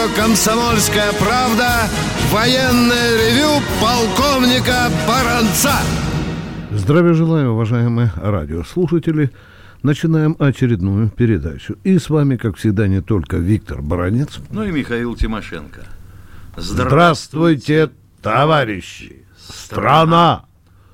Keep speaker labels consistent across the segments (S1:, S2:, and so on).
S1: «Комсомольская правда» военное ревю полковника Баранца.
S2: Здравия желаю, уважаемые радиослушатели. Начинаем очередную передачу. И с вами, как всегда, не только Виктор Баранец,
S3: но и Михаил Тимошенко.
S2: Здравствуйте, товарищи! Страна!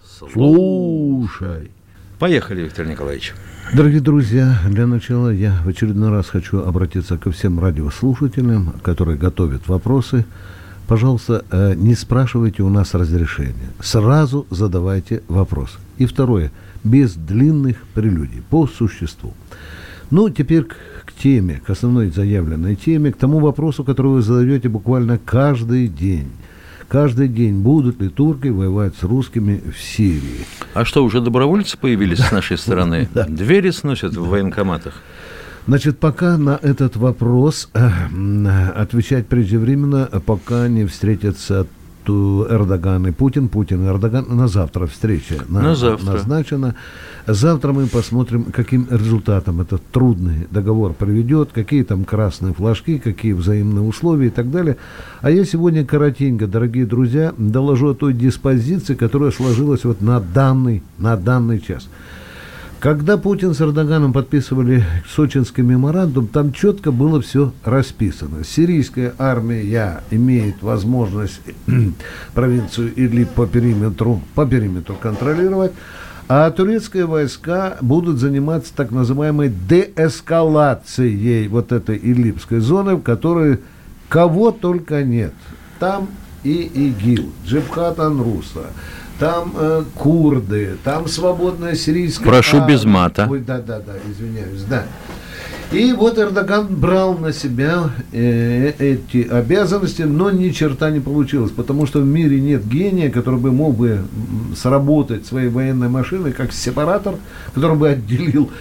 S2: Слушай!
S3: Поехали, Виктор Николаевич.
S2: Дорогие друзья, для начала я в очередной раз хочу обратиться ко всем радиослушателям, которые готовят вопросы. Пожалуйста, не спрашивайте у нас разрешения. Сразу задавайте вопросы. И второе, без длинных прелюдий, по существу. Ну, теперь к теме, к основной заявленной теме, к тому вопросу, который вы задаете буквально каждый день. Каждый день, будут ли турки воевать с русскими в Сирии.
S3: А что, уже добровольцы появились с нашей стороны? Двери сносят в военкоматах?
S2: Значит, пока на этот вопрос отвечать преждевременно, пока не встретятся Эрдоган и Путин. Путин и Эрдоган. На завтра встреча назначена. Завтра мы посмотрим, каким результатом этот трудный договор приведет, какие там красные флажки, какие взаимные условия и так далее. А я сегодня коротенько, дорогие друзья, доложу о той диспозиции, которая сложилась вот на данный час. Когда Путин с Эрдоганом подписывали Сочинский меморандум, там четко было все расписано. Сирийская армия имеет возможность провинцию Идлиб по периметру контролировать, а турецкие войска будут заниматься так называемой деэскалацией вот этой Идлибской зоны, в которой кого только нет. Там и ИГИЛ, Джебхат ан-Нусра, там курды, там свободная сирийская
S3: Прошу без мата.
S2: Ой, да, извиняюсь, да. И вот Эрдоган брал на себя эти обязанности, но ни черта не получилось, потому что в мире нет гения, который бы мог бы сработать своей военной машиной как сепаратор, который бы отделил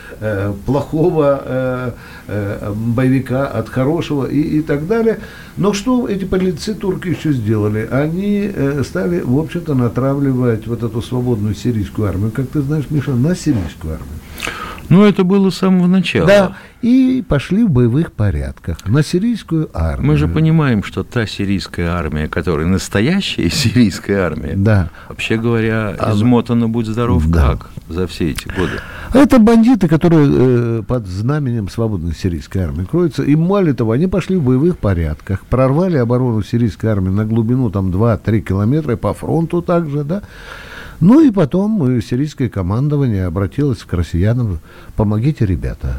S2: плохого боевика от хорошего и так далее. Но что эти подлецы турки еще сделали? Они стали, в общем-то, натравливать вот эту свободную сирийскую армию, как ты знаешь, Миша, на сирийскую армию.
S3: Ну, это было с самого начала.
S2: Да, и пошли в боевых порядках на сирийскую армию.
S3: Мы же понимаем, что та сирийская армия, которая настоящая сирийская армия,
S2: да,
S3: вообще говоря, измотана, будь здоров, да, как за все эти годы.
S2: Это бандиты, которые под знаменем свободной сирийской армии кроются. И мало того, они пошли в боевых порядках, прорвали оборону сирийской армии на глубину там 2-3 километра, по фронту также, да. Ну и потом сирийское командование обратилось к россиянам: помогите, ребята,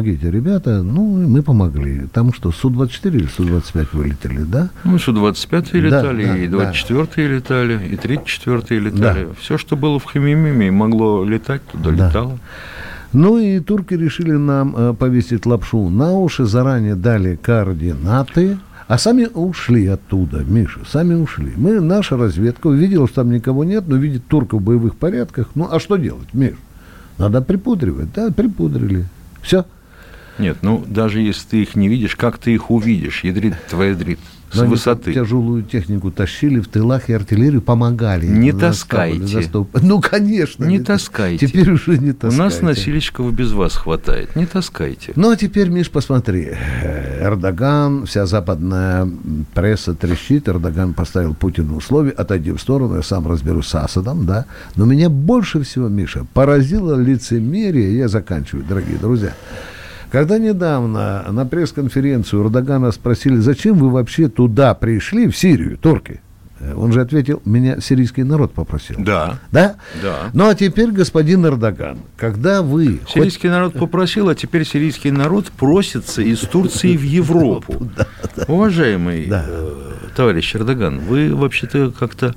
S2: ну и мы помогли. Там что, Су-24 или Су-25 вылетели, да?
S3: Ну, Су-25 летали,
S2: да,
S3: и 24-е летали, и 34-е летали. Да. Все, что было в Хамимиме и могло летать, туда летало.
S2: Ну и турки решили нам повесить лапшу на уши, заранее дали координаты. А сами ушли оттуда, Миша, сами ушли. Наша разведка увидела, что там никого нет, но видит турков в боевых порядках. Ну, а что делать, Миш? Надо припудривать. Да, припудрили. Все.
S3: Нет, ну, даже если ты их не видишь, как ты их увидишь? Ядрит твоя дрит. С высоты.
S2: Тяжелую технику тащили в тылах и артиллерию помогали.
S3: Не таскайте.
S2: Ну, конечно.
S3: Не таскайте.
S2: Теперь уже не таскайте.
S3: У нас носильщиков без вас хватает. Не таскайте.
S2: Ну, а теперь, Миш, посмотри. Эрдоган, вся западная пресса трещит. Эрдоган поставил Путину условия: отойди в сторону, я сам разберусь с Асадом, да. Но меня больше всего, Миша, поразило лицемерие. Я заканчиваю, дорогие друзья. Когда недавно на пресс-конференцию Эрдогана спросили: зачем вы вообще туда пришли, в Сирию, турки? Он же ответил: меня сирийский народ попросил.
S3: Да.
S2: Да?
S3: Да.
S2: Ну, а теперь, господин Эрдоган, когда вы...
S3: Сирийский народ попросил, а теперь сирийский народ просится из Турции в Европу. Уважаемый товарищ Эрдоган, вы вообще-то как-то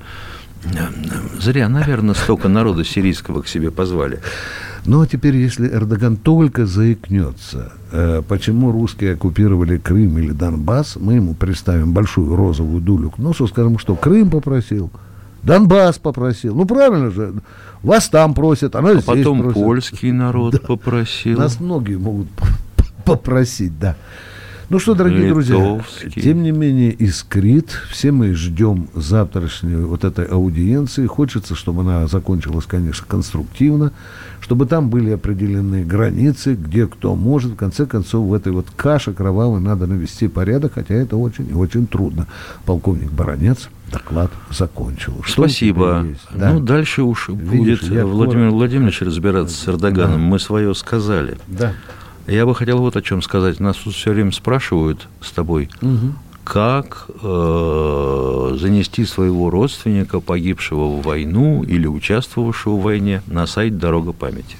S3: зря, наверное, столько народа сирийского к себе позвали.
S2: Ну, а теперь, если Эрдоган только заикнется, почему русские оккупировали Крым или Донбасс, мы ему представим большую розовую дулю к носу, скажем, что Крым попросил, Донбасс попросил. Ну, правильно же, вас там просят, она здесь
S3: потом
S2: просит.
S3: Польский народ попросил.
S2: Нас многие могут попросить, да. Ну что, дорогие друзья,
S3: Литовский.
S2: тем не менее искрит. Все мы ждем завтрашней вот этой аудиенции. Хочется, чтобы она закончилась, конечно, конструктивно, чтобы там были определенные границы, где кто может. В конце концов, в этой вот каше кровавой надо навести порядок, хотя это очень и очень трудно. Полковник Баранец доклад закончил.
S3: Спасибо. Да? Ну, дальше уж будет Владимир Владимирович разбираться с Эрдоганом. Да. Мы свое сказали.
S2: Да.
S3: Я бы хотел вот о чем сказать. Нас тут все время спрашивают с тобой, как занести своего родственника, погибшего в войну или участвовавшего в войне, на сайт «Дорога памяти».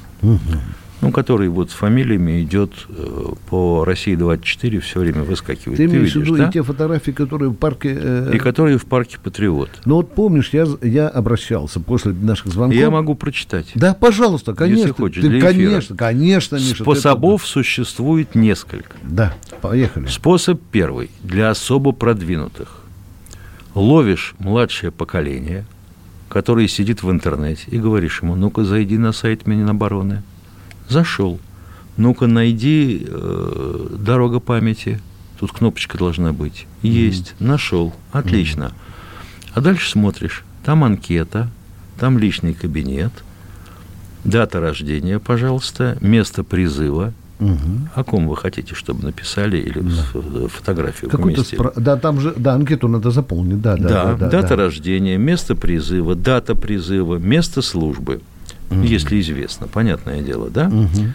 S3: Ну, который вот с фамилиями идет по России-24, все время выскакивает.
S2: Ты имеешь в виду, да? И те фотографии, которые в парке...
S3: И которые в парке «Патриот».
S2: Ну, вот помнишь, я обращался после наших звонков.
S3: Я могу прочитать.
S2: Да, пожалуйста, конечно.
S3: Если хочешь, для эфира.
S2: Конечно, Миша.
S3: Способов существует несколько.
S2: Да, поехали.
S3: Способ первый. Для особо продвинутых. Ловишь младшее поколение, которое сидит в интернете, и говоришь ему: ну-ка, зайди на сайт Минобороны. Зашел. Ну-ка, найди «Дорога памяти». Тут кнопочка должна быть. Есть. Нашел. Отлично. А дальше смотришь. Там анкета, там личный кабинет, дата рождения, пожалуйста, место призыва. О ком вы хотите, чтобы написали, или фотографию поместили.
S2: Да, там же, да, анкету надо заполнить. Да,
S3: дата рождения, место призыва, дата призыва, место службы. Если известно, понятное дело, да?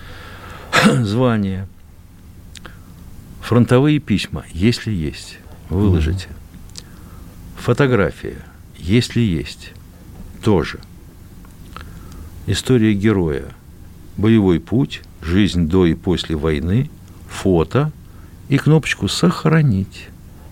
S3: Звание. Фронтовые письма, если есть, выложите. Фотография, если есть, тоже. История героя. Боевой путь, жизнь до и после войны, фото и кнопочку «Сохранить».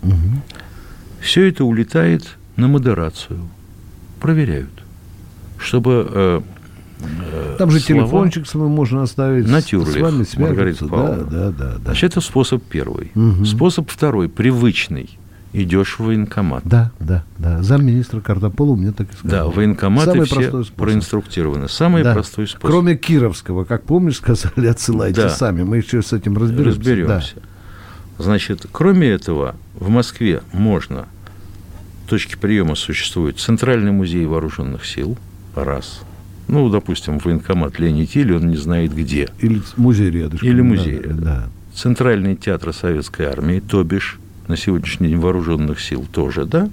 S3: Все это улетает на модерацию. Проверяют. Чтобы...
S2: Там же слова, телефончик свой можно оставить.
S3: Натюрлих,
S2: с вами свяжутся.
S3: Да. Значит, это способ первый. Способ второй, привычный. Идешь в военкомат.
S2: Да. Замминистра Картополу мне так и сказал.
S3: Да, военкоматы все проинструктированы. Самый простой способ.
S2: Кроме Кировского, как помнишь, сказали, отсылайте сами. Мы еще с этим разберемся.
S3: Значит, кроме этого, в Москве можно, точки приема существуют: Центральный музей вооруженных сил, раз. Ну, допустим, военкомат Леонид Ильин, он не знает где.
S2: Или музей рядышком.
S3: Или музей рядом. Да. Центральный театр Советской армии, то бишь на сегодняшний день вооруженных сил тоже, да?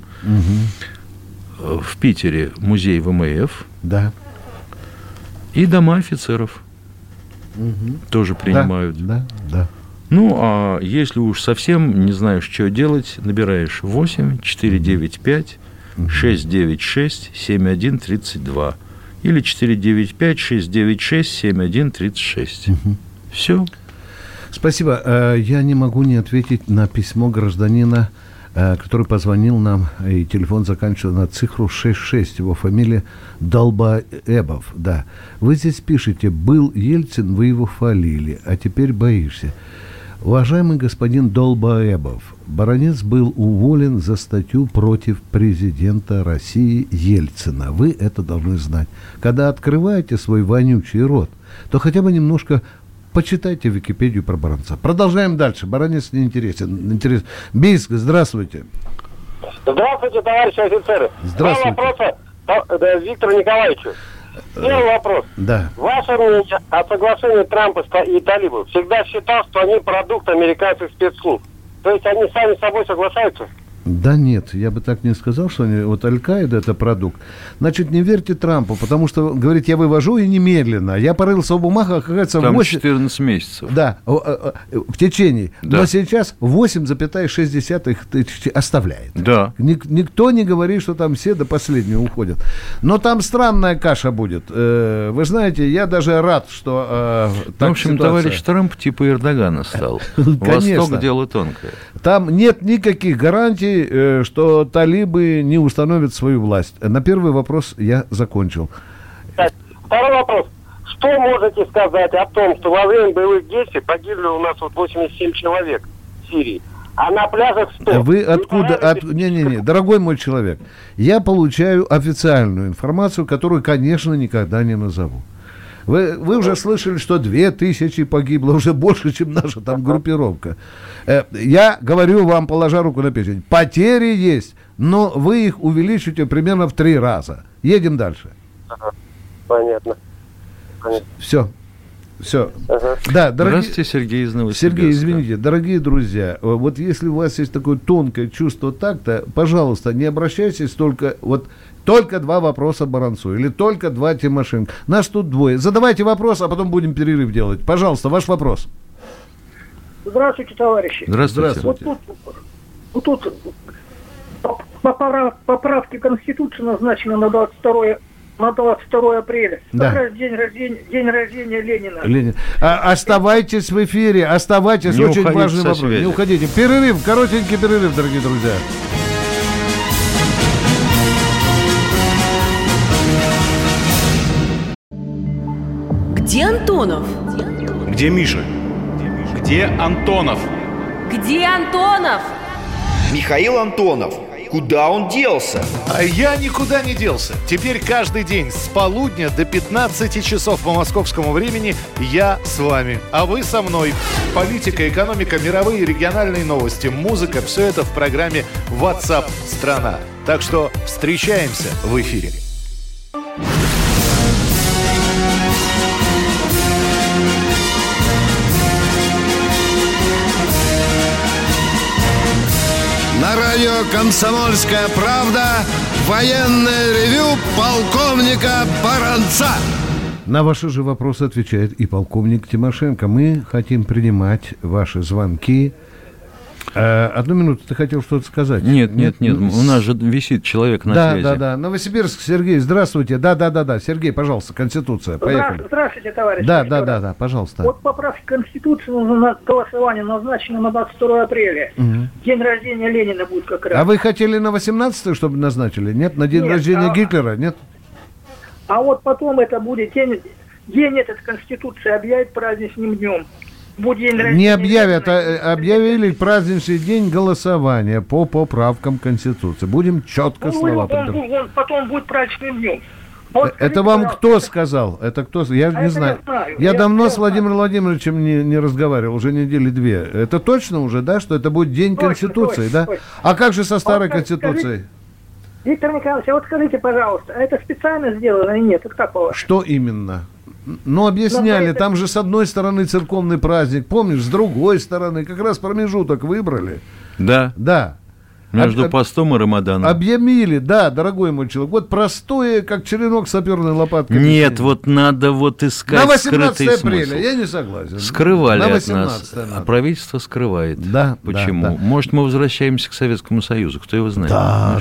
S3: В Питере музей ВМФ.
S2: Да.
S3: И дома офицеров тоже принимают.
S2: Да.
S3: Ну, а если уж совсем не знаешь, что делать, набираешь 8-495-696-7132 или 495-696-7136. Все.
S2: Спасибо. Я не могу не ответить на письмо гражданина, который позвонил нам, и телефон заканчивается на цифру 66, его фамилия Долбоебов. Да. Вы здесь пишете: был Ельцин, вы его хвалили, а теперь боишься. Уважаемый господин Долбоебов, Баранец был уволен за статью против президента России Ельцина. Вы это должны знать. Когда открываете свой вонючий рот, то хотя бы немножко почитайте Википедию про Баранца. Продолжаем дальше. Баранец не интересен. Бийск, здравствуйте.
S4: Здравствуйте, товарищи офицеры.
S2: Здравствуйте.
S4: Два вопроса Виктору Николаевичу. Первый вопрос.
S2: Да.
S4: Ваше мнение о соглашении Трампа и талибов. Всегда считал, что они продукт американских спецслужб. То есть они сами с собой соглашаются?
S2: Да нет, я бы так не сказал, что они, вот Аль-Каида это продукт. Значит, не верьте Трампу, потому что, говорит, я вывожу и немедленно. Я порылся в бумагах, оказывается,
S3: там 14 месяцев.
S2: Да, в течение. Да. Но сейчас 8,6 тысяч оставляет.
S3: Да.
S2: Никто не говорит, что там все до последнего уходят. Но там странная каша будет. Вы знаете, я даже рад, что...
S3: в общем, товарищ Трамп типа Эрдогана стал. Восток — дело тонкое.
S2: Там нет никаких гарантий, что талибы не установят свою власть. На первый вопрос я закончил.
S4: Второй вопрос. Что можете сказать о том, что во время боевых действий погибли у нас 87 человек в Сирии, а на пляжах 100?
S2: Вы откуда? Не, дорогой мой человек, я получаю официальную информацию, которую, конечно, никогда не назову. Вы уже слышали, что 2000 погибло, уже больше, чем наша там группировка. Я говорю вам, положа руку на печень, потери есть, но вы их увеличите примерно в 3 раза. Едем дальше.
S4: Понятно.
S2: Все.
S4: Ага.
S2: Да, дорогие...
S3: Здравствуйте, Сергей из Новосибирска.
S2: Сергей, извините, дорогие друзья, вот если у вас есть такое тонкое чувство такта, пожалуйста, не обращайтесь только 2 вопроса Баранцу или только 2 Тимошенко. Нас тут 2. Задавайте вопрос, а потом будем перерыв делать. Пожалуйста, ваш вопрос.
S5: Здравствуйте, товарищи.
S3: Здравствуйте.
S5: Вот тут поправки Конституции назначены на 22 апреля.
S2: Да.
S5: Как раз день рождения Ленина.
S2: Ленин. Оставайтесь в эфире, оставайтесь.
S3: Не
S2: очень
S3: уходите
S2: важный
S3: со
S2: вопрос.
S3: связи.
S2: Не уходите. Перерыв, коротенький перерыв, дорогие друзья.
S6: Где Антонов?
S7: Где Миша? Где Антонов?
S6: Где Антонов?
S8: Михаил Антонов. Куда он делся?
S7: А я никуда не делся. Теперь каждый день с полудня до 15 часов по московскому времени я с вами, а вы со мной. Политика, экономика, мировые и региональные новости, музыка – все это в программе WhatsApp страна. Так что встречаемся в эфире.
S1: На радио «Комсомольская правда» военное ревю полковника Баранца.
S2: На ваши же вопросы отвечает и полковник Тимошенко. Мы хотим принимать ваши звонки. 1 минуту, ты хотел что-то сказать?
S3: Нет. У нас же висит человек на связи.
S2: Да. Новосибирск, Сергей, здравствуйте. Да. Сергей, пожалуйста, Конституция. Поехали.
S5: Здравствуйте, товарищи.
S2: Да, пожалуйста.
S5: Вот поправки Конституции на голосование назначены на 22 апреля. Угу. День рождения Ленина будет как раз.
S2: А вы хотели на 18-е, чтобы назначили? Нет? На день рождения Гитлера? Нет?
S5: А вот потом это будет день этот Конституции объявит праздничным днем.
S2: Не объявят, а объявили праздничный день голосования по поправкам Конституции. Будем четко слова подбирать.
S5: Потом будет праздничным днем.
S2: Это вам кто сказал? Это кто? Я не знаю. Я давно с Владимиром Владимировичем не разговаривал, уже недели 2. Это точно уже, да, что это будет день Конституции, да? А как же со старой Конституцией?
S5: Виктор Николаевич, а вот скажите, пожалуйста, это специально сделано или нет? Это как по-вашему?
S2: Что именно? Ну, объясняли, там же с одной стороны церковный праздник, помнишь, с другой стороны, как раз промежуток выбрали. Да.
S3: Между постом и Рамаданом.
S2: Объявили, да, дорогой мой человек. Вот простое, как черенок саперной лопаткой.
S3: Нет, вот надо искать
S2: на 18
S3: скрытый
S2: апреля,
S3: смысл.
S2: я не согласен.
S3: Скрывали от нас, а правительство скрывает.
S2: Да.
S3: Почему?
S2: Да.
S3: Может, мы возвращаемся к Советскому Союзу, кто его знает.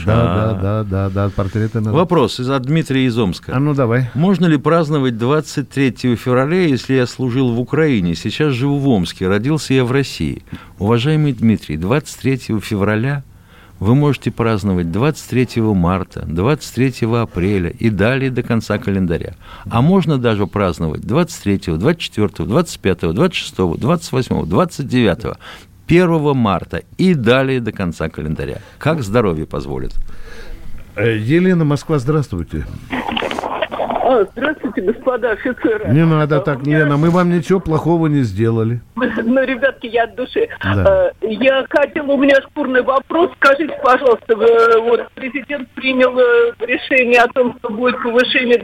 S2: Да, портреты надо.
S3: Вопрос от Дмитрия из Омска.
S2: А ну давай.
S3: Можно ли праздновать 23 февраля, если я служил в Украине, сейчас живу в Омске, родился я в России? Уважаемый Дмитрий, 23 февраля вы можете праздновать 23 марта, 23 апреля и далее до конца календаря. А можно даже праздновать 23, 24, 25, 26, 28, 29, 1 марта и далее до конца календаря. Как здоровье позволит.
S2: Елена, Москва, здравствуйте.
S9: Здравствуйте, господа офицеры.
S2: Не надо так, Лена, мы вам ничего плохого не сделали.
S9: Ну, ребятки, я от души.
S2: Да.
S9: Я хотела, у меня спорный вопрос. Скажите, пожалуйста, вот президент принял решение о том, что будет повышение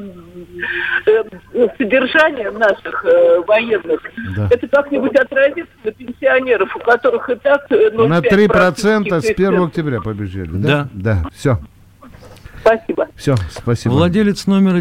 S9: содержания наших военных. Да. Это как-нибудь отразится на пенсионеров, у которых и так...
S2: на 3% с 1 октября побежали, да? Да, все.
S9: Спасибо.
S2: Все, спасибо.
S3: Владелец номера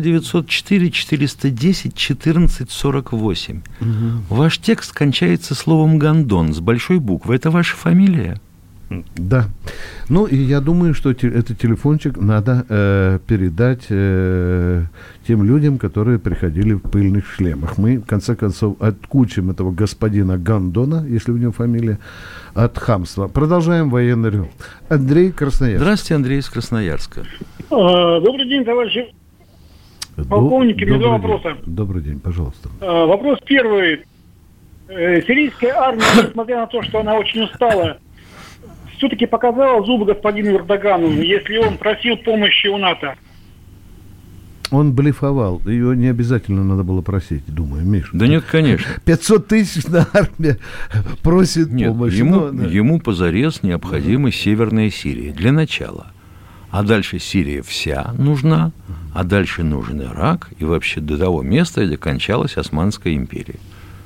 S3: 904-410-1448. Ваш текст кончается словом «гондон» с большой буквы. Это ваша фамилия?
S2: Да. Ну, и я думаю, что этот телефончик надо передать тем людям, которые приходили в пыльных шлемах. Мы, в конце концов, откучим этого господина Гондона, если у него фамилия, от хамства. Продолжаем военный ревю. Андрей, Красноярск.
S3: Здравствуйте, Андрей из Красноярска.
S5: Добрый день, товарищи полковники. Два вопроса.
S2: Добрый день, пожалуйста.
S5: Вопрос первый. Сирийская армия, несмотря на то, что она очень устала, все-таки показала зубы господину Эрдогану, если он просил помощи у НАТО.
S2: Он блефовал. Ее не обязательно надо было просить, думаю, Миша.
S3: Да нет, конечно.
S2: 500 тысяч на армия просит помощи.
S3: Ему позарез необходима Северная Сирия для начала. А дальше Сирия вся нужна, а дальше нужен Ирак и вообще до того места, где кончалась Османская империя.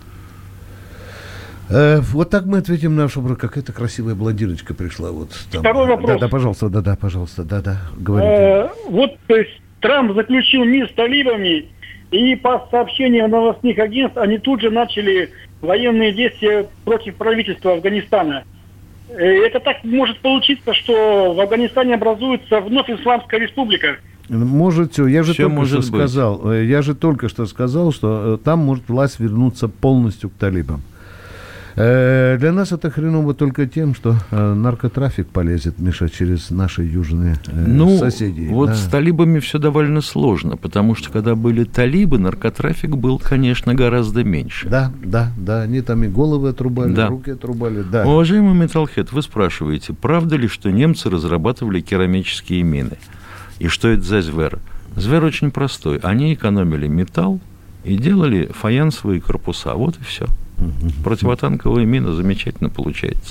S2: Вот так мы ответим на нашу... Какая-то красивая блондиночка пришла. Вот там.
S5: Второй вопрос.
S2: Да, пожалуйста, говорите.
S5: Вот, то есть, Трамп заключил мир с талибами, и по сообщениям новостных агентств, они тут же начали военные действия против правительства Афганистана. Это так может получиться, что в Афганистане образуется вновь Исламская республика.
S2: Может все. Я же только что сказал, что там может власть вернуться полностью к талибам. Для нас это хреново только тем, что наркотрафик полезет, Миша, через наши южные соседи.
S3: Вот с талибами все довольно сложно, потому что когда были талибы, наркотрафик был, конечно, гораздо меньше.
S2: Да, они там и головы отрубали, руки отрубали. Да.
S3: Уважаемый Металлхед, вы спрашиваете, правда ли, что немцы разрабатывали керамические мины? И что это за зверь? Зверь очень простой. Они экономили металл и делали фаянсовые корпуса. Вот и все. Противотанковая мина замечательно получается.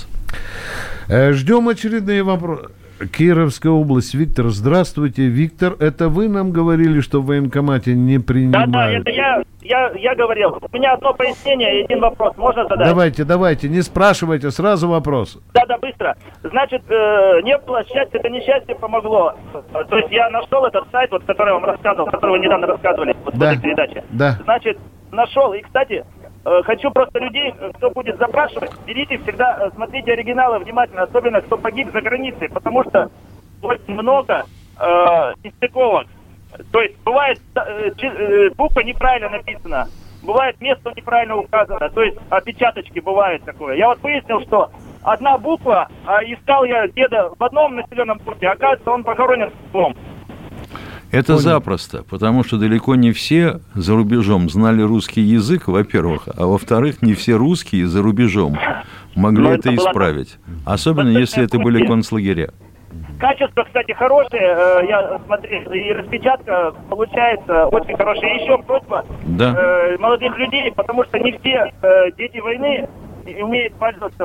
S2: Ждем очередные вопросы. Кировская область. Виктор, здравствуйте. Виктор, это вы нам говорили, что в военкомате не принимают?
S10: Да, это я говорил. У меня одно пояснение и один вопрос. Можно задать?
S2: Давайте, не спрашивайте, сразу вопрос.
S10: Да, быстро. Значит, не было счастья, это несчастье помогло. То есть я нашел этот сайт, вот, который я вам рассказывал, который вы недавно рассказывали в этой передаче.
S2: Да.
S10: Значит, нашел. И, кстати, хочу просто людей, кто будет запрашивать, берите всегда, смотрите оригиналы внимательно, особенно кто погиб за границей, потому что очень много нестыковок. То есть бывает буква неправильно написана, бывает место неправильно указано, то есть опечаточки бывает такое. Я вот выяснил, что одна буква, искал я деда в одном населенном пункте, оказывается, он похоронен в другом.
S3: Это запросто, потому что далеко не все за рубежом знали русский язык, во-первых, а во-вторых, не все русские за рубежом могли это исправить, особенно если это были концлагеря.
S10: Качество, кстати, хорошее, я смотрел, и распечатка получается очень хорошая. И еще просьба молодых людей, потому что не все дети войны умеют пользоваться,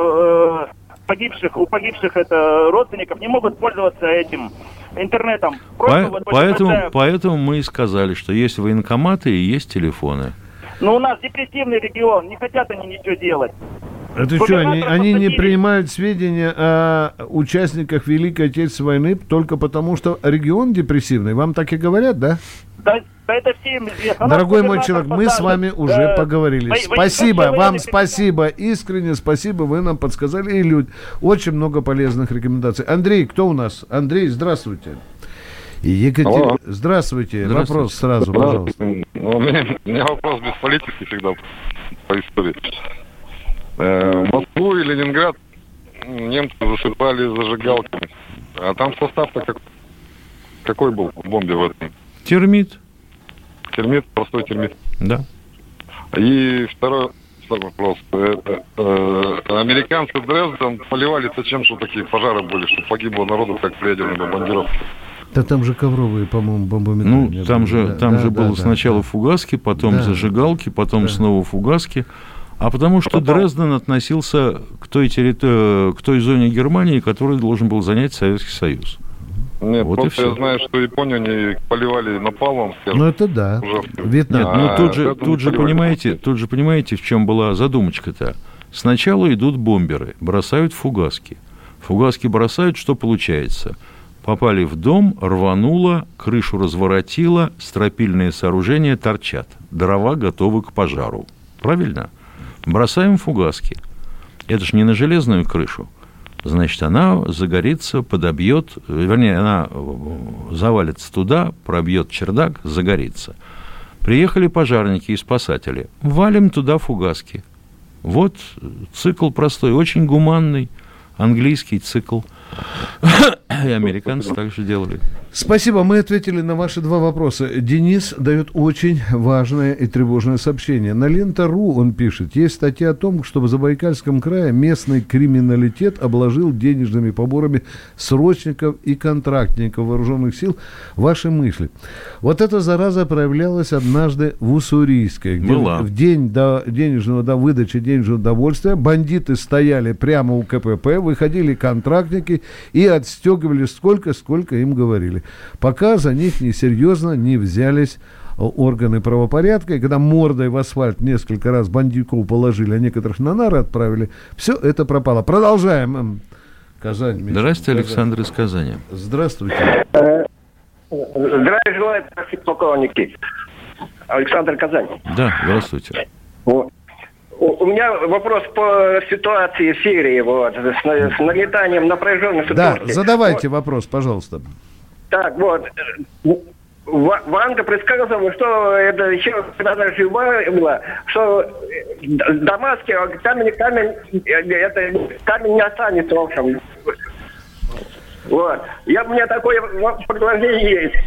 S10: у погибших это родственников, не могут пользоваться этим интернетом.
S3: Поэтому мы и сказали, что есть военкоматы и есть телефоны.
S10: Но у нас депрессивный регион, не хотят они ничего делать.
S2: Это что, они не принимают сведения о участниках Великой Отечественной войны только потому, что регион депрессивный? Вам так и говорят, да?
S10: Да, это всем известно.
S2: Дорогой мой человек, мы с вами уже поговорили. Спасибо, вам спасибо, искренне спасибо, вы нам подсказали. И очень много полезных рекомендаций. Андрей, кто у нас? Андрей, здравствуйте. Екатерина, здравствуйте. Вопрос сразу, пожалуйста.
S11: У меня вопрос без политики всегда по истории. Москву и Ленинград немцы засыпали зажигалками. А там состав-то какой был в бомбе в этом?
S3: Термит.
S11: Термит, простой термит.
S3: Да.
S11: И второй вопрос. Американцы Дрезден поливали-то чем, что такие пожары были, что погибло народу, как при ядерной бомбардировке?
S2: Да там же ковровые, по-моему, бомбометания.
S3: Ну, там же было сначала фугаски, потом зажигалки, потом снова фугаски. А потому что Дрезден относился к той зоне Германии, которую должен был занять Советский Союз.
S11: Нет, вот просто я знаю, что Японию они поливали напалмом.
S2: Ну, это да.
S3: Вьетнам. Нет, тут же понимаете, в чем была задумочка-то. Сначала идут бомберы, бросают фугаски. Фугаски бросают, что получается? Попали в дом, рвануло, крышу разворотило, стропильные сооружения торчат. Дрова готовы к пожару. Правильно? Бросаем фугаски. Это же не на железную крышу. Значит, она загорится, подобьет, вернее, она завалится туда, пробьет чердак, загорится. Приехали пожарники и спасатели. Валим туда фугаски. Вот цикл простой, очень гуманный, английский цикл. И американцы также делали.
S2: Спасибо, мы ответили на ваши два вопроса. Денис дает очень важное и тревожное сообщение. На Лента.ру он пишет, есть статья о том, что в Забайкальском крае местный криминалитет обложил денежными поборами срочников и контрактников вооруженных сил. Ваши мысли. Вот эта зараза проявлялась однажды в Уссурийске, где в день до выдачи денежного удовольствия бандиты стояли прямо у КПП, выходили контрактники и отстегивали сколько им говорили. Пока за них несерьезно не взялись органы правопорядка, и когда мордой в асфальт несколько раз бандюков положили, а некоторых на нары отправили, все это пропало. Продолжаем. Казань.
S3: Здравствуйте, Александр из Казани.
S2: Здравствуйте.
S4: Здравия желаю, полковники. Александр, Казань.
S3: Да, здравствуйте.
S4: У меня вопрос по ситуации в Сирии, с нагнетанием напряженности.
S2: Да, задавайте вопрос, пожалуйста.
S4: Так, Ванга предсказывала, что это еще когда жива была, что в Дамаске камень не останется, в общем. У меня такое предложение есть.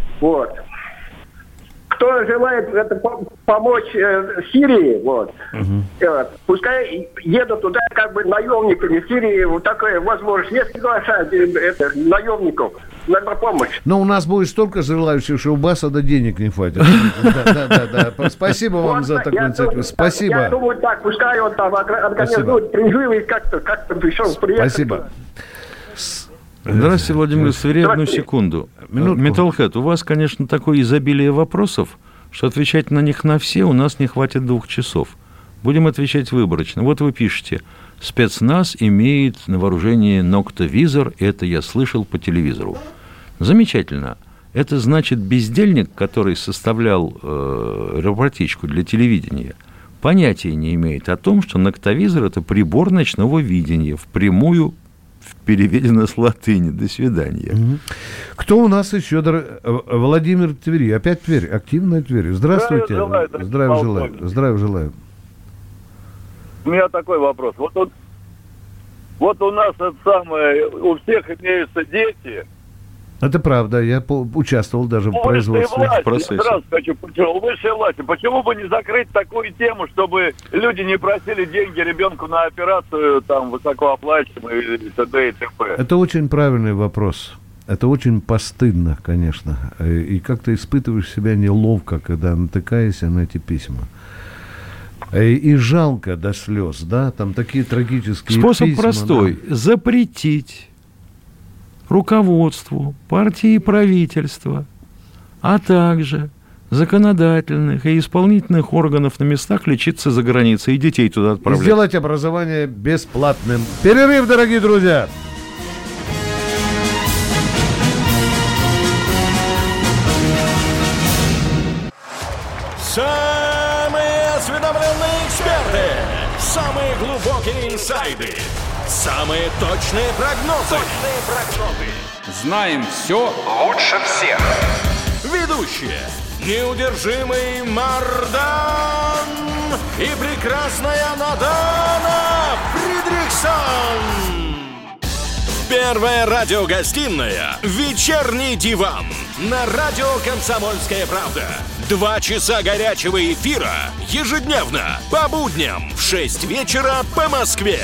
S4: Кто желает помочь Сирии, пускай едут туда наемниками Сирии, такая возможность. Есть приглашать наемников на помощь.
S2: Но у нас будет столько желающих, что у Басада денег не хватит. Да. Спасибо вам за такую инициативу. Спасибо.
S4: Я думаю, так, пускай он там организует призывы, как-то пришел приехать.
S2: Спасибо.
S3: Здравствуйте, Владимир Свирей, одну секунду. Металлхед, у вас, конечно, такое изобилие вопросов, что отвечать на них на все у нас не хватит 2 часов. Будем отвечать выборочно. Вот вы пишете, спецназ имеет на вооружении ноктовизор, это я слышал по телевизору. Замечательно. Это значит, бездельник, который составлял репортичку для телевидения, понятия не имеет о том, что ноктовизор – это прибор ночного видения, впрямую переведено с латыни. До свидания.
S2: Кто у нас еще? Владимир Твери. Опять Тверь. Активная Тверь. Здравствуйте. Здравия желаю.
S12: У меня такой вопрос. Вот у нас у всех имеются дети.
S2: Это правда, я участвовал даже в производстве.
S12: Сразу хочу, высшей власти, почему бы не закрыть такую тему, чтобы люди не просили деньги ребенку на операцию, высокооплачиваемую и т.д. и т.п. Это
S2: очень правильный вопрос. Это очень постыдно, конечно. И как-то испытываешь себя неловко, когда натыкаешься на эти письма. И жалко до слез, да? Там такие трагические
S3: Способ
S2: письма.
S3: простой. Да. Запретить руководству, партии и правительства, а также законодательных и исполнительных органов на местах лечиться за границей и детей туда отправлять.
S2: И сделать образование бесплатным. Перерыв, дорогие друзья!
S13: Самые осведомленные эксперты, самые глубокие инсайды, самые точные прогнозы.
S14: Знаем все лучше всех.
S13: Ведущие: неудержимый Мардан и прекрасная Надана Фридрихсон. Первая радиогостинная «Вечерний диван» на радио «Комсомольская правда». 2 часа горячего эфира ежедневно по будням в 6 вечера по Москве.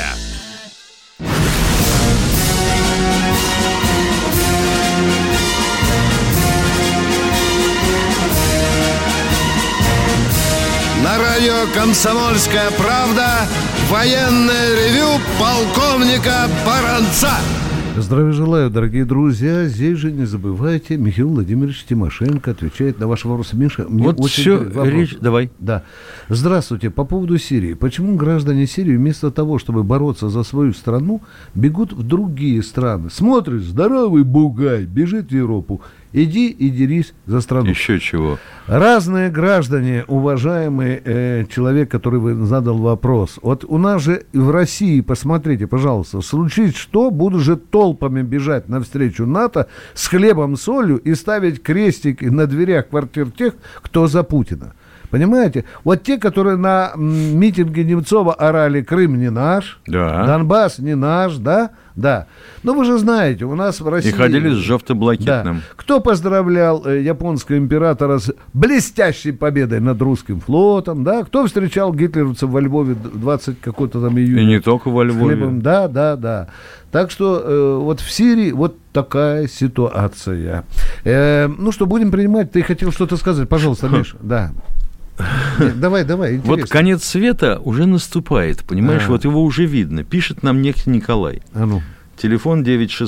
S1: На радио «Комсомольская правда» военное ревю полковника Баранца.
S2: Здравия желаю, дорогие друзья. Здесь же не забывайте, Михаил Владимирович Тимошенко отвечает на ваши вопросы. Миша, мне
S3: вот
S2: очень
S3: все речь. Давай.
S2: Да. Здравствуйте. По поводу Сирии. Почему граждане Сирии вместо того, чтобы бороться за свою страну, бегут в другие страны? Смотришь, здоровый бугай бежит в Европу. Иди и дерись за страну.
S3: Еще чего.
S2: Разные граждане, уважаемый человек, который вы задал вопрос. Вот у нас же в России, посмотрите, пожалуйста, случись что, будут же толпами бежать навстречу НАТО с хлебом, солью и ставить крестики на дверях квартир тех, кто за Путина. Понимаете? Вот те, которые на митинге Немцова орали «Крым не наш», «Донбасс не наш», да? Да. Но вы же знаете, у нас в России...
S3: И ходили с жовто-блакитным.
S2: Да. Кто поздравлял японского императора с блестящей победой над русским флотом, да? Кто встречал гитлеровцев во Львове 20 какой-то там июня?
S3: И не только во Львове.
S2: Да. Так что вот в Сирии вот такая ситуация. Ну что, будем принимать? Ты хотел что-то сказать? Пожалуйста, Миша. Да. Нет, давай, интересно.
S3: Вот конец света уже наступает, понимаешь, вот его уже видно. Пишет нам некий Николай. Телефон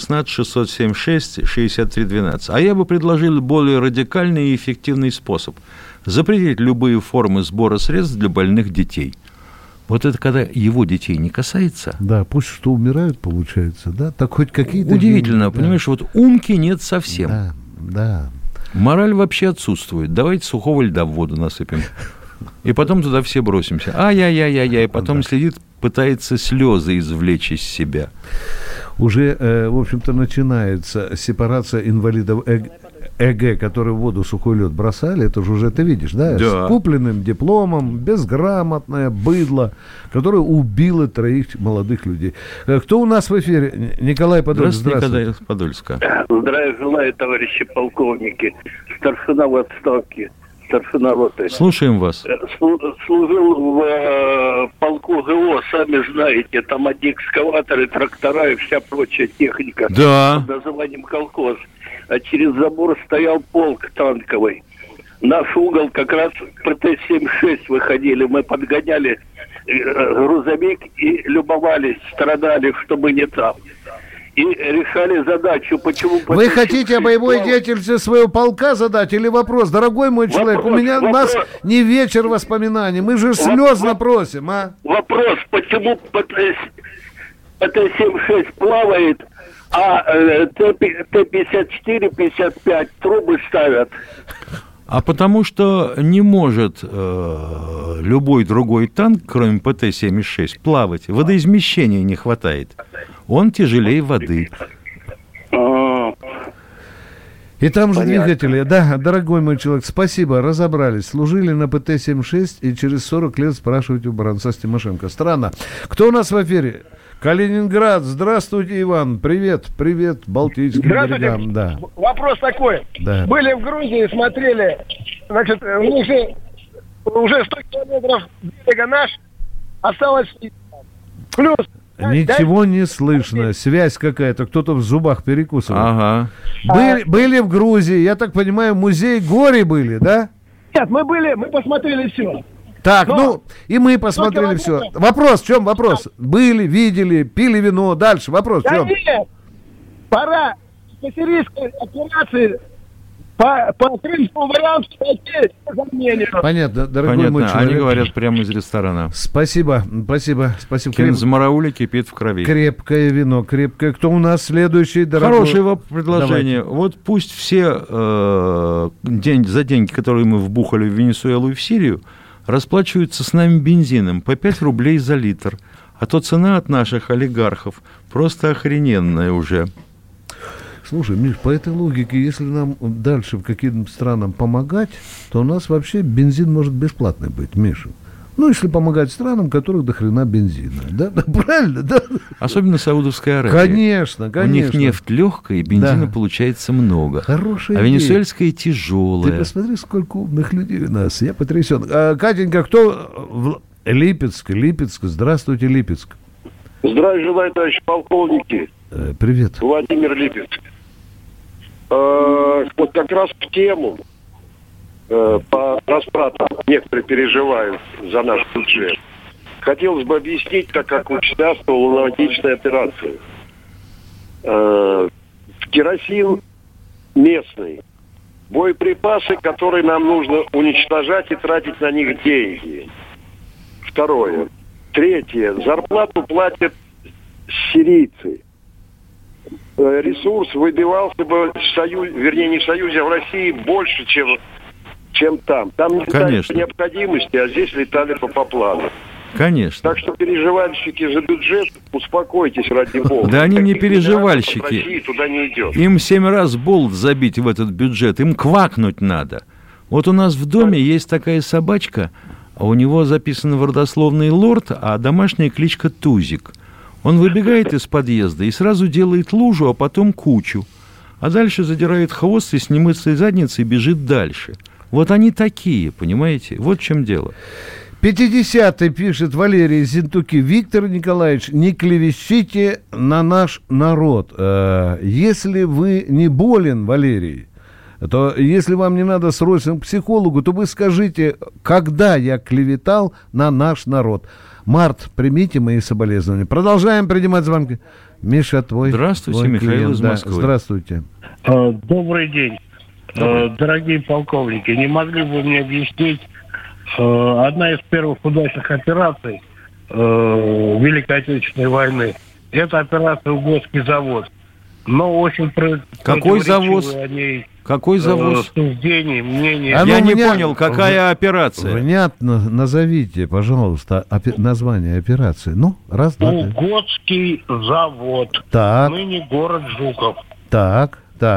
S3: 916-676-6312. А я бы предложил более радикальный и эффективный способ. Запретить любые формы сбора средств для больных детей. Вот это когда его детей не касается.
S2: Да, пусть что умирают, получается, да? Так хоть какие-то...
S3: Удивительно, понимаешь, вот умки нет совсем.
S2: Да.
S3: Мораль вообще отсутствует. Давайте сухого льда в воду насыпем. И потом туда все бросимся. Ай-яй-яй-яй-яй. Потом сидит, пытается слезы извлечь из себя.
S2: Уже, в общем-то, начинается сепарация инвалидов ЭГ, которые в воду сухой лед бросали. Это же уже ты видишь, да? С купленным дипломом, безграмотное быдло, которое убило 3 молодых людей. Кто у нас в эфире? Николай Подольск.
S3: Здравствуйте. Николай Подольска.
S15: Здравия желаю, товарищи полковники. Старшина в отставке. Старшина роты.
S3: Слушаем вас.
S15: Служил в полку ГО, сами знаете, там одни экскаваторы, трактора и вся прочая техника.
S3: Да.
S15: Под названием колхоз. А через забор стоял полк танковый. Наш угол как раз ПТ-76 выходили. Мы подгоняли грузовик и любовались, страдали, чтобы не там. И решали задачу, почему...
S2: Вы хотите о боевой деятельности своего полка задать или вопрос? Дорогой мой человек, у нас не вечер воспоминаний, мы же слезно просим, а?
S15: Вопрос, почему ПТ-76 плавает, а Т-54, 55 трубы ставят?
S3: А потому что не может любой другой танк, кроме ПТ-76, плавать. Водоизмещения не хватает. Он тяжелее воды.
S2: И там же двигатели. Да, дорогой мой человек, спасибо, разобрались. Служили на ПТ-76 и через 40 лет спрашиваете у Баранца с Тимошенко. Странно. Кто у нас в эфире? Калининград. Здравствуйте, Иван. Привет, Балтийским берегам. Да.
S16: Вопрос такой.
S2: Да.
S16: Были в Грузии, смотрели, значит, у них же уже 100 километров берега наш, осталось плюс.
S2: Ничего не слышно. Связь какая-то. Кто-то в зубах перекусывал.
S3: Ага.
S2: Были в Грузии, я так понимаю, музей горе были, да?
S16: Нет, мы посмотрели все.
S2: Так, и мы посмотрели все. Вопрос, в чем вопрос? Были, видели, пили вино. Дальше вопрос в чем?
S16: Нет, пора по сирийской операции по крымскому варианту пойти за мнением.
S2: Понятно, дорогой мой человек.
S3: Они говорят прямо из ресторана.
S2: Спасибо.
S3: Кинзмараули кипит в крови.
S2: Крепкое вино, крепкое. Кто у нас следующий, дорогой?
S3: Хорошее предложение. Давайте. Вот пусть все за деньги, которые мы вбухали в Венесуэлу и в Сирию, расплачиваются с нами бензином по 5 рублей за литр. А то цена от наших олигархов просто охрененная уже.
S2: Слушай, Миш, по этой логике, если нам дальше каким-то странам помогать, то у нас вообще бензин может бесплатный быть, Миша. Ну, если помогать странам, у которых до хрена бензина. Да, правильно, да?
S3: Особенно Саудовская Аравия.
S2: Конечно.
S3: У них нефть легкая, и бензина получается много.
S2: Хорошая
S3: идея. Венесуэльская тяжелая.
S2: Ты посмотри, сколько умных людей у нас. Я потрясен. Катенька, кто? Липецк. Здравствуйте, Липецк.
S15: Здравия желаю, товарищи полковники.
S2: Привет.
S15: Владимир Липецк. Вот как раз в тему по расплатам некоторые переживают за наш бюджет. Хотелось бы объяснить, так как участвовал в аналогичной операции. Керосин местный. Боеприпасы, которые нам нужно уничтожать и тратить на них деньги. Второе. Третье. Зарплату платят сирийцы. Ресурс выбивался бы в Союзе, вернее, не в Союзе, а в России больше, чем там. Там не летали по необходимости, а здесь летали по плану.
S3: Конечно.
S15: Так что переживальщики за бюджет, успокойтесь, ради бога.
S3: Да они не переживальщики.
S15: России туда не идет.
S3: Им 7 раз болт забить в этот бюджет, им квакнуть надо. Вот у нас в доме есть такая собачка, а у него записан в родословной лорд, а домашняя кличка Тузик. Он выбегает из подъезда и сразу делает лужу, а потом кучу. А дальше задирает хвост и с немыслой задницей бежит дальше. Вот они такие, понимаете? Вот в чем дело.
S2: 50-й пишет Валерий из Зентуки. Виктор Николаевич, не клевещите на наш народ. Если вы не болен, Валерий, то если вам не надо срочно к психологу, то вы скажите, когда я клеветал на наш народ. Март, примите мои соболезнования. Продолжаем принимать звонки. Миша, твой.
S3: Здравствуйте,
S2: твой
S3: Михаил
S2: клиент.
S3: из Москвы.
S2: Да, здравствуйте.
S17: Добрый день. Дорогие полковники, не могли бы вы мне объяснить, одна из первых удачных операций Великой Отечественной войны — это операция «Угодский завод». Но очень
S3: Какой завоз? Какой завоз?
S17: Суждений, мнений.
S3: Я не понял, какая операция?
S2: Внятно назовите, пожалуйста, название операции. Ну, раз, два, три.
S17: Угодский завод.
S2: Так.
S17: Ныне город Жуков.
S2: Так.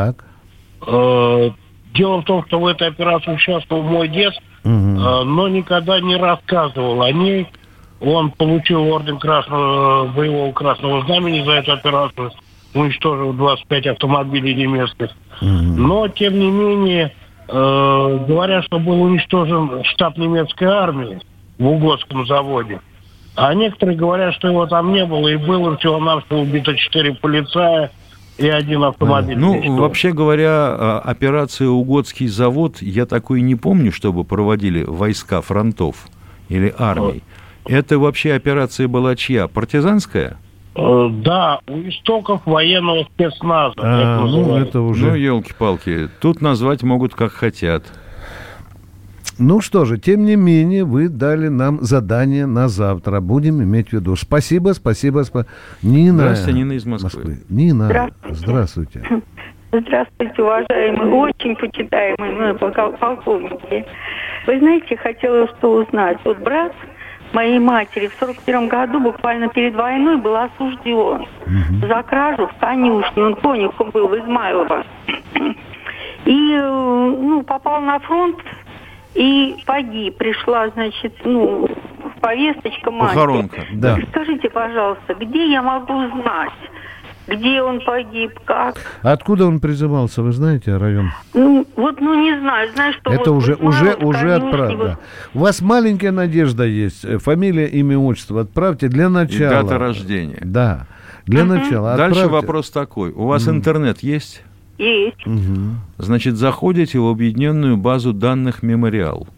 S17: Дело в том, что в этой операции участвовал мой дед, но никогда не рассказывал о ней. Он получил орден боевого Красного Знамени за эту операцию, уничтожил 25 автомобилей немецких. Но, тем не менее, говорят, что был уничтожен штаб немецкой армии в Угодском заводе. А некоторые говорят, что его там не было, и было всего-навсего убито 4 полицая и 1 автомобиль.
S3: Ну, вообще говоря, операция «Угодский завод», я такой не помню, чтобы проводили войска фронтов или армий. Это вообще операция была чья? Партизанская?
S17: Да, у истоков военного спецназа.
S2: Это уже...
S3: Ну, елки-палки, тут назвать могут как хотят.
S2: Ну что же, тем не менее, вы дали нам задание на завтра. Будем иметь в виду. Спасибо. Нина.
S3: Здравствуйте, Нина из Москвы.
S2: Нина, здравствуйте.
S18: Здравствуйте, уважаемые, очень почитаемые полковники. Вы знаете, хотела что узнать. Вот брат моей матери в 41 году, буквально перед войной, был осужден за кражу в конюшне. Он конюхом был в Измайлово. И попал на фронт и погиб. Пришла, значит, повесточка матери.
S3: Похоронка, да.
S18: Скажите, пожалуйста, где я могу узнать, где он погиб, как?
S2: Откуда он призывался, вы знаете, район?
S18: Не знаю. Знаю, что
S2: это
S18: вот
S2: уже отправка. У вас маленькая надежда есть. Фамилия, имя, отчество. Отправьте для начала.
S3: И дата рождения.
S2: Да, для начала.
S3: Дальше
S2: отправьте.
S3: Вопрос такой. У вас интернет есть?
S18: Есть.
S3: Значит, заходите в объединенную базу данных «Мемориал».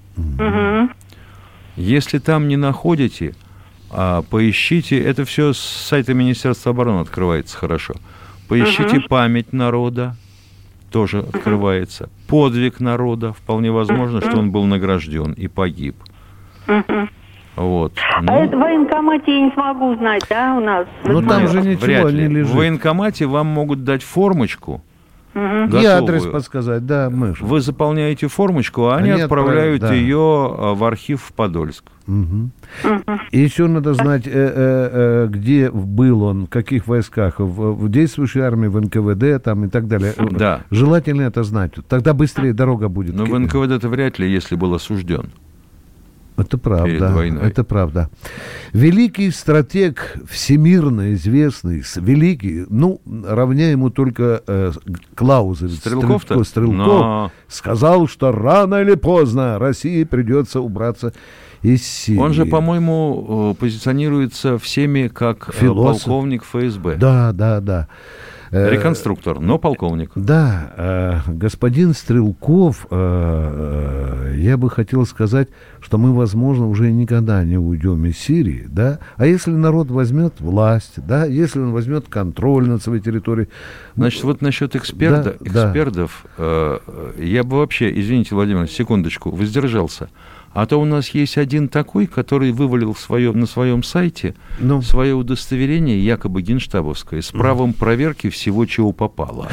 S3: Если там не находите, поищите, это все с сайта Министерства обороны открывается хорошо. Поищите память народа, тоже открывается. Подвиг народа, вполне возможно, что он был награжден и погиб. Вот.
S18: А это в военкомате я не смогу узнать, да, у нас?
S2: Там же ничего не лежит.
S3: В военкомате вам могут дать формочку.
S2: И адрес подсказать, да, Миша.
S3: Вы заполняете формочку, а они отправляют ее в архив в Подольск.
S2: И еще надо знать, где был он, в каких войсках, в действующей армии, в НКВД там, и так далее.
S3: Да.
S2: Желательно это знать. Тогда быстрее дорога будет.
S3: Но в НКВД-то вряд ли, если был осужден.
S2: Это правда, это правда. Великий стратег, всемирно известный, великий, равня ему только Клаузевич.
S3: Стрелков-то?
S2: Стрелков сказал, что рано или поздно России придется убраться из Сирии.
S3: Он же, по-моему, позиционируется всеми как полковник ФСБ.
S2: Да.
S3: Реконструктор, но полковник.
S2: Да, господин Стрелков, я бы хотел сказать, что мы, возможно, уже никогда не уйдем из Сирии, да, а если народ возьмет власть, да, если он возьмет контроль над своей территорией.
S3: Значит, вот насчет экспертов, я бы вообще, извините, Владимир, секундочку, воздержался. А то у нас есть один такой, который вывалил на своем сайте свое удостоверение, якобы генштабовское, с правом проверки всего, чего попало.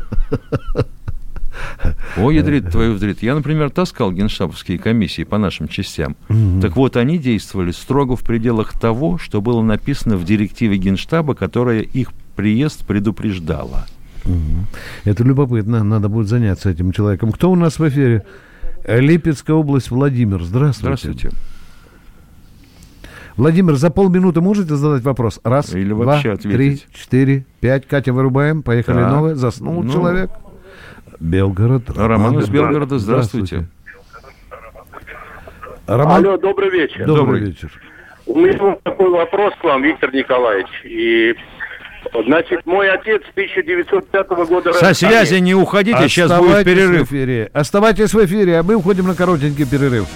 S3: Ой, ядрит твою вдрит. Я, например, таскал генштабовские комиссии по нашим частям. Так вот, они действовали строго в пределах того, что было написано в директиве Генштаба, которая их приезд предупреждала.
S2: Это любопытно. Надо будет заняться этим человеком. Кто у нас в эфире? Липецкая область, Владимир. Здравствуйте. Владимир, за полминуты можете задать вопрос? Раз, или два, 3, 4, 5. Катя, вырубаем. Поехали новое. Заснул человек. Белгород.
S3: Роман из Белгорода. Здравствуйте.
S2: Роман.
S19: Алло, добрый вечер.
S2: Добрый вечер.
S19: У меня вот такой вопрос к вам, Виктор Николаевич. И, значит, мой отец 1905 года...
S3: Со связи не уходите, сейчас будет перерыв.
S2: Оставайтесь в эфире, а мы уходим на коротенький перерыв.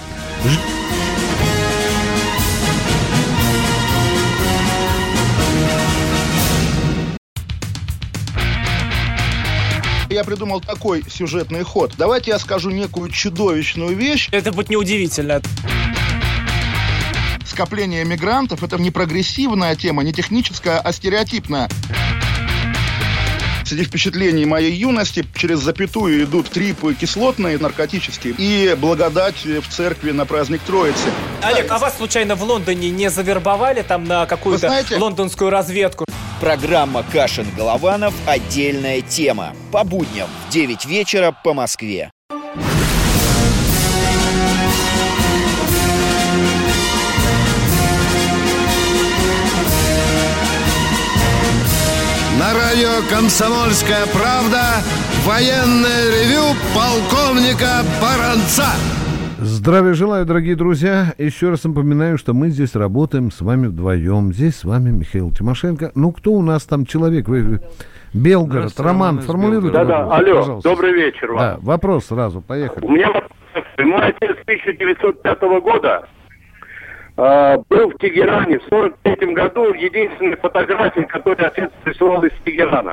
S20: Я придумал такой сюжетный ход. Давайте я скажу некую чудовищную вещь.
S21: Это будет неудивительно.
S20: Скопление мигрантов – это не прогрессивная тема, не техническая, а стереотипная. Среди впечатлений моей юности через запятую идут трипы кислотные, наркотические, и благодать в церкви на праздник Троицы.
S21: Олег, а вас случайно в Лондоне не завербовали там на какую-то лондонскую разведку?
S8: Программа Кашин-Голованов «Отдельная тема». По будням в 9 вечера по Москве.
S1: На радио «Комсомольская правда» военное ревю полковника Баранца.
S2: Здравия желаю, дорогие друзья. Еще раз напоминаю, что мы здесь работаем с вами вдвоем. Здесь с вами Михаил Тимошенко. Ну, кто у нас там человек? Белгород. Роман, формулируйте.
S19: Да-да, алло, пожалуйста. Добрый вечер вам.
S2: Да, вопрос сразу, поехали.
S19: У меня вопрос. Мой отец 1905 года был в Тегеране в 1943 году. Единственная фотография, которую отец присылал из Тегерана.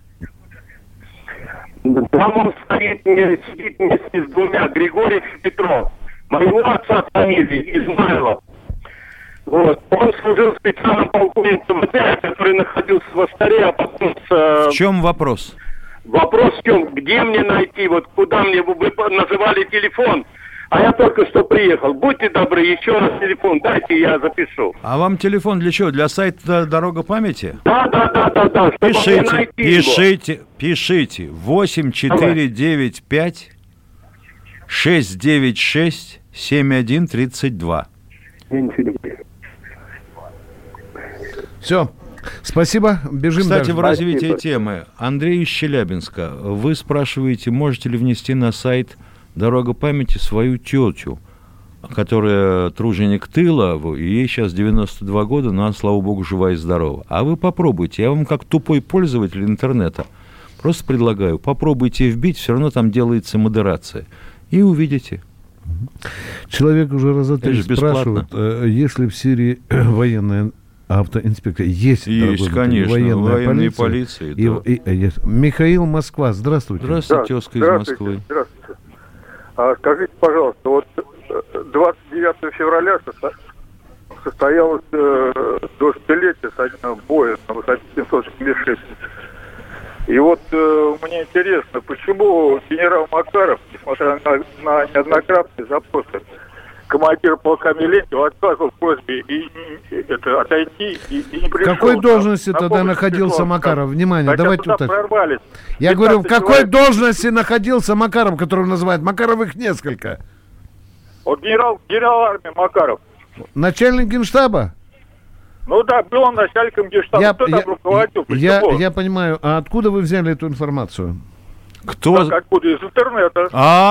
S19: Там он сидит вместе с двумя, Григорий и Петров. Моего отца фамилии Измайлов. Вот. Он служил специальным полковником ВТ, который находился в Астаре, а потом
S3: В чем вопрос?
S19: Вопрос в чем? Где мне найти? Вот куда мне вы называли телефон? А я только что приехал. Будьте добры, еще раз телефон дайте, я запишу.
S3: А вам телефон для чего? Для сайта «Дорога памяти»?
S19: Да.
S3: Пишите. 8495 696 7132.
S2: Все. Спасибо. Бежим
S3: Кстати,
S2: дальше.
S3: в развитии темы. Андрей из Челябинска. Вы спрашиваете, можете ли внести на сайт «Дорога памяти» свою тетю, которая труженик тыла, и ей сейчас 92 года, но она, слава богу, жива и здорова. А вы попробуйте. Я вам, как тупой пользователь интернета, просто предлагаю, попробуйте вбить, все равно там делается модерация. И увидите.
S2: Человек уже раза три спрашивает, если в Сирии военная автоинспекция, есть
S3: конечно, военные полиции.
S2: Михаил, Москва, здравствуйте.
S3: Здравствуйте, тезка из Москвы.
S22: Здравствуйте. Скажите, пожалуйста, вот 29 февраля состоялось десятилетие боя на высоте 776. И вот мне интересно, почему генерал Макаров, несмотря на неоднократные запросы командира полка Милентьева, отказывал в просьбе отойти и не пришел.
S2: В какой должности тогда находился Макаров? Внимание, давайте уточним. Я говорю, в какой должности находился Макаров, которого называют? Макаровых несколько.
S22: Вот генерал армии Макаров.
S2: Начальник генштаба?
S22: Ну да, был он начальником генштаба. Кто там руководил?
S2: Я понимаю. А откуда вы взяли эту информацию?
S3: Кто?
S22: Откуда? Из интернета.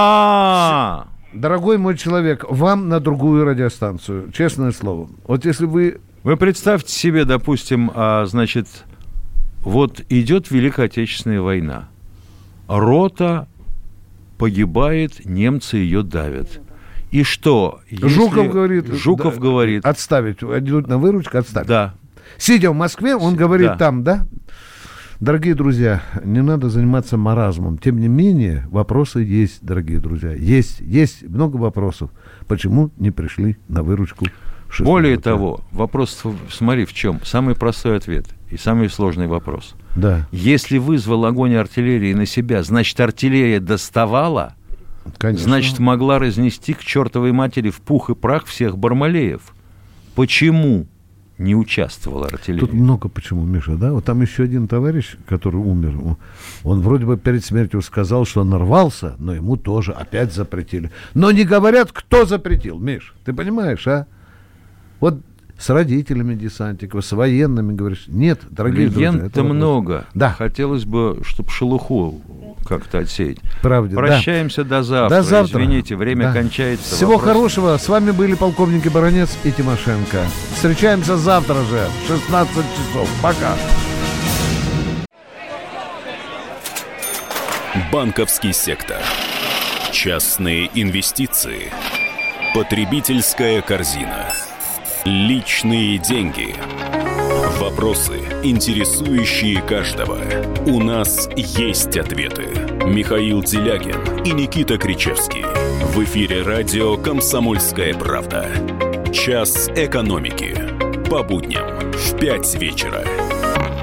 S2: Дорогой мой человек, вам на другую радиостанцию, честное слово. Вот если вы...
S3: Вы представьте себе, допустим, значит, вот идет Великая Отечественная война. Рота погибает, немцы ее давят. И что?
S2: Жуков
S3: говорит...
S2: Отставить, идут на выручку, отставить.
S3: Да.
S2: Сидя в Москве, он говорит там, да? Дорогие друзья, не надо заниматься маразмом. Тем не менее, вопросы есть, дорогие друзья. Есть много вопросов. Почему не пришли на выручку?
S3: Более того, вопрос, смотри, в чем? Самый простой ответ и самый сложный вопрос.
S2: Да.
S3: Если вызвал огонь артиллерии на себя, значит, артиллерия доставала,
S2: конечно.
S3: Значит, могла разнести к чертовой матери в пух и прах всех Бармалеев. Почему не участвовала артиллерия.
S2: Тут много почему, Миша, да? Вот там еще один товарищ, который умер, он вроде бы перед смертью сказал, что нарвался, но ему тоже опять запретили. Но не говорят, кто запретил, Миш, ты понимаешь, а? Вот с родителями десантиков, с военными, говоришь, нет, дорогие друзья.
S3: Легенд-то много.
S2: Да.
S3: Хотелось бы, чтобы шелуху как-то отсеять.
S2: Правда,
S3: прощаемся до завтра.
S2: До завтра.
S3: Извините, время кончается.
S2: Всего хорошего. С вами были полковники Баранец и Тимошенко. Встречаемся завтра же в 16 часов. Пока.
S6: Банковский сектор. Частные инвестиции. Потребительская корзина. Личные деньги. Вопросы, интересующие каждого. У нас есть ответы. Михаил Делягин и Никита Кричевский. В эфире радио «Комсомольская правда». Час экономики. По будням в 5 вечера.